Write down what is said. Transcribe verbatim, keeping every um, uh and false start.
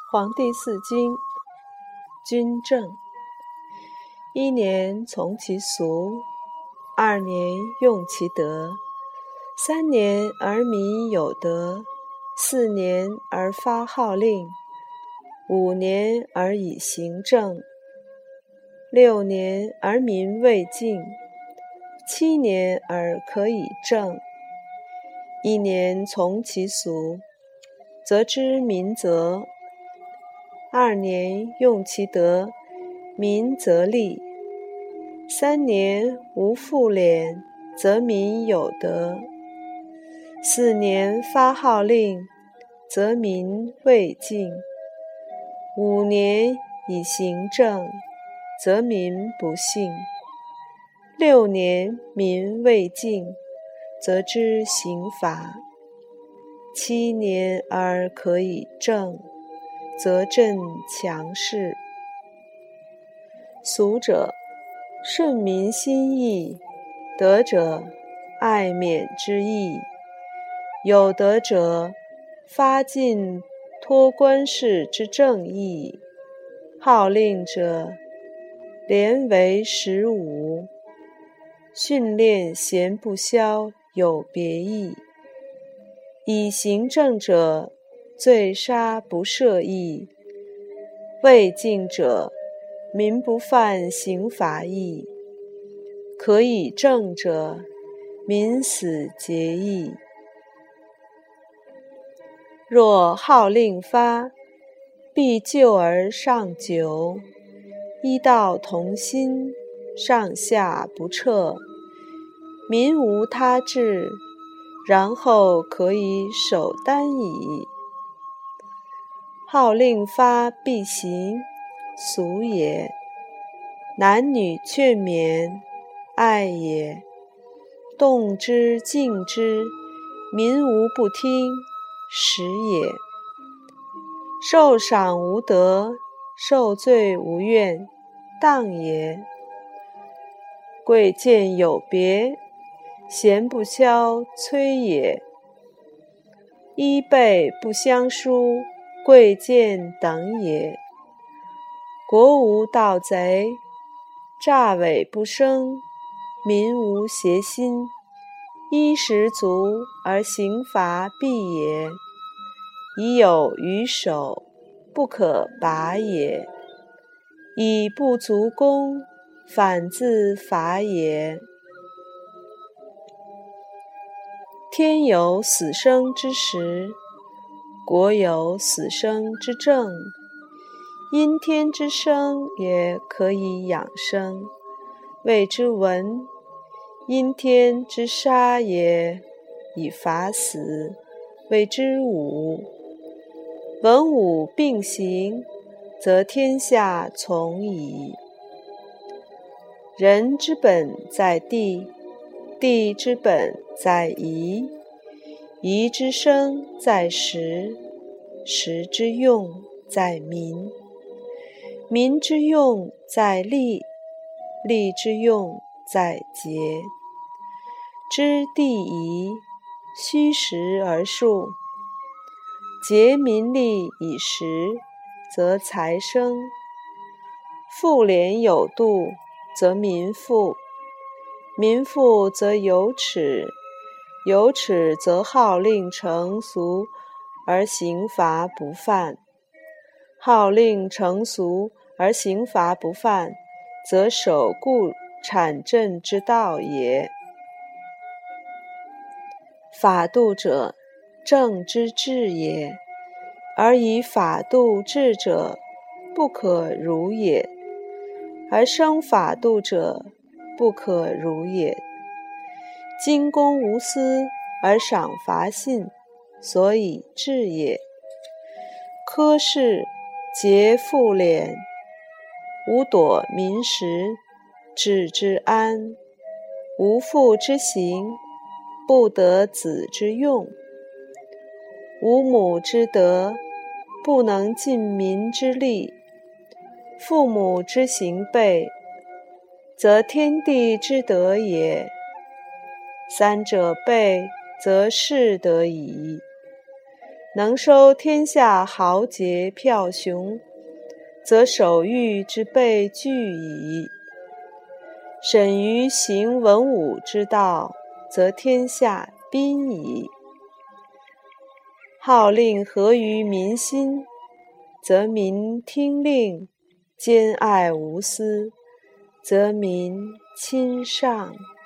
黄帝四经，军政。一年从其俗，二年用其德，三年而民有德，四年而发号令，五年而以行政，六年而民未尽，七年而可以正。一年从其俗，则知民则；二年用其德，民则利；三年无复敛，则民有德；四年发号令，则民未尽；五年以行政，则民不信；六年民未尽，则知刑罚；七年而可以正，则镇强势。俗者，顺民心意；德者，爱勉之意；有德者，发尽托官事之正义；号令者，连为十五；训练贤不肖，有别意；以行政者，罪杀不赦义；未尽者，民不犯刑罚义；可以正者，民死节义。若号令发，必就而上久，医道同心，上下不撤，民无他志，然后可以守单矣。号令发必行，俗也；男女劝勉，爱也；动之静之，民无不听，实也。受赏无德，受罪无怨，当也。贵贱有别，贤不肖，摧也。衣被不相疏，贵贱等也。国无盗贼，诈伪不生，民无邪心，衣食足而刑罚弊也。以有余手，不可拔也；以不足功，反自伐也。天有死生之时，国有死生之政。因天之生也可以养生，谓之文；因天之杀也，以伐死，谓之武。文武并行，则天下从矣。人之本在地，地之本在宜，宜之生在时，时之用在民，民之用在利，利之用在节。知地宜，虚实而数，竭民力以时，则财生；妇廉有度，则民富；民富则有耻，有耻则号令成俗，而刑罚不犯；号令成俗而刑罚不犯，则守固产政之道也。法度者，政之治也，而以法度治者，不可辱也；而生法度者，不可辱也。精公无私而赏罚信，所以治也。苛事节妇敛，无躲民食，治之安；无父之行，不得子之用；无母之德，不能尽民之力；父母之行备，则天地之德也。三者备，则士得矣。 能收天下豪杰票雄，则守御之备具矣。审于行文武之道，则天下宾矣。号令合于民心，则民听令；兼爱无私，则民亲上。